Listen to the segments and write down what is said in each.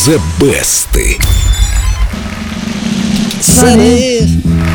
The Best. Sunny.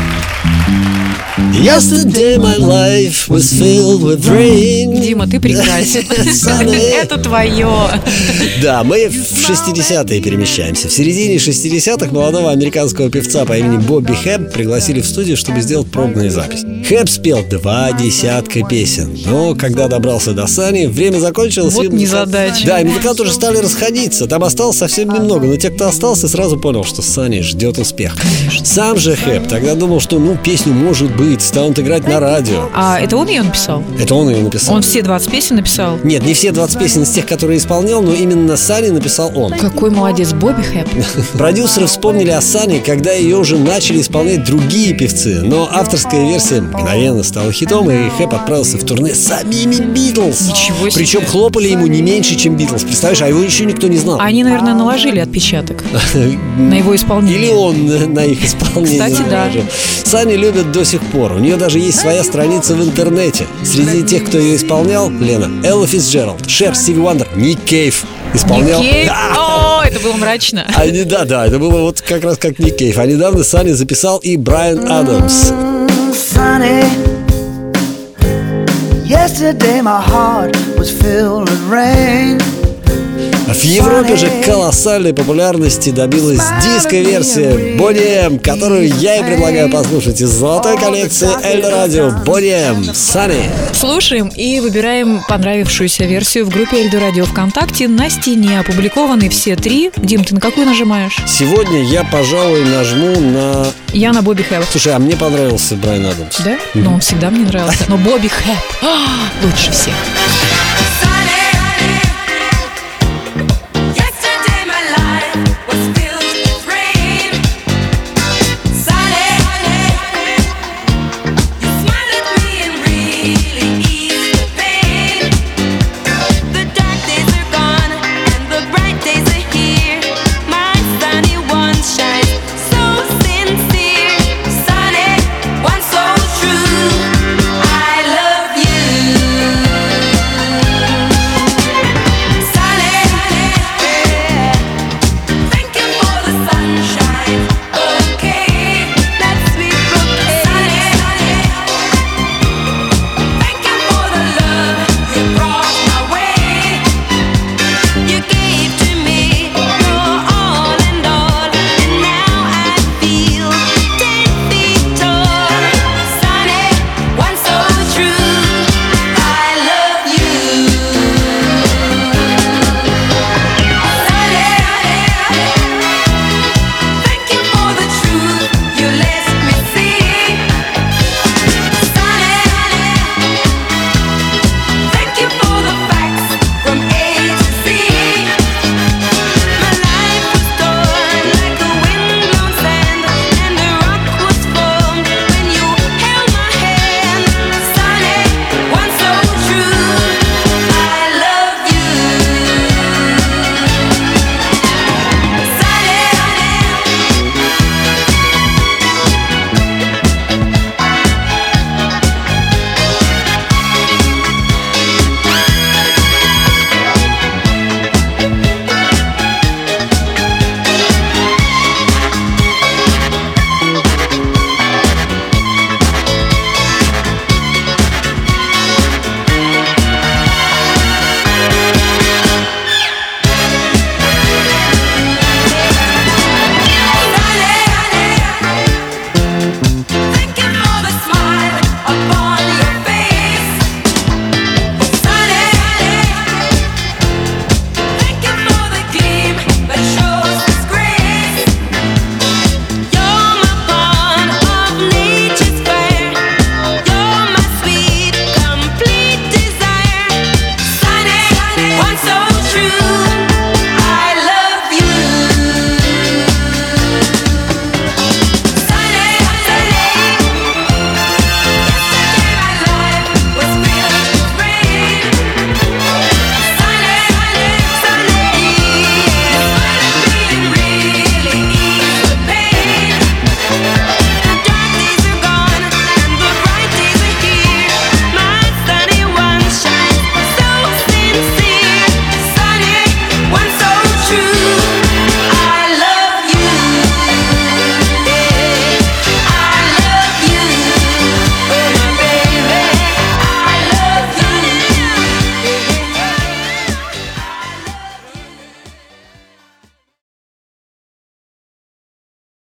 Yesterday my life was filled with rain. Дима, ты прекрасен. Это твое. Да, мы в 60-е перемещаемся. В середине 60-х молодого американского певца по имени Бобби Хэп пригласили в студию, чтобы сделать пробную запись. Хэп спел 20 песен, но когда добрался до Сани, время закончилось. Вот незадача. Да, и музыканты уже стали расходиться. Там осталось совсем немного, но те, кто остался, сразу понял, что Сани ждет успех. Сам же Хэп тогда думал, что песню, может быть, станут играть на радио. А это он ее написал? Это он ее написал. Он все 20 песен написал? Нет, не все 20 песен из тех, которые исполнял, но именно Сани написал он. Какой молодец Бобби Хэп. Продюсеры вспомнили о Сани, когда ее уже начали исполнять другие певцы. Но авторская версия мгновенно стала хитом, и Хэп отправился в турне с самими Битлз. Ничего себе. Причем хлопали ему не меньше, чем Битлз. Представляешь, а его еще никто не знал. Они, наверное, наложили отпечаток на его исполнение. Или он на их исполнение. Кстати, да. Сани любят до сих пор. У нее даже есть своя страница в интернете. Среди тех, кто ее исполнял, Лена, Элла Фицджеральд, Шер, Стиви Уандер, Ник Кейв исполнял. Ник Кейв? Да. О, это было мрачно. Да, это было вот как раз как Ник Кейв. А недавно Сани записал и Брайан Адамс. Yesterday my heart was filled with rain. В Европе же колоссальной популярности добилась диско-версия Boney M, которую я и предлагаю послушать из золотой коллекции Эльдо Радио. Boney M, Sunny. Слушаем и выбираем понравившуюся версию в группе Эльдо Радио ВКонтакте. На стене опубликованы все три. Дим, ты на какую нажимаешь? Сегодня я, пожалуй, нажму на... Я на Бобби Хэп. Слушай, а мне понравился Брайан Адамс. Да? Но он всегда мне нравился. Но Бобби Хэп лучше всех.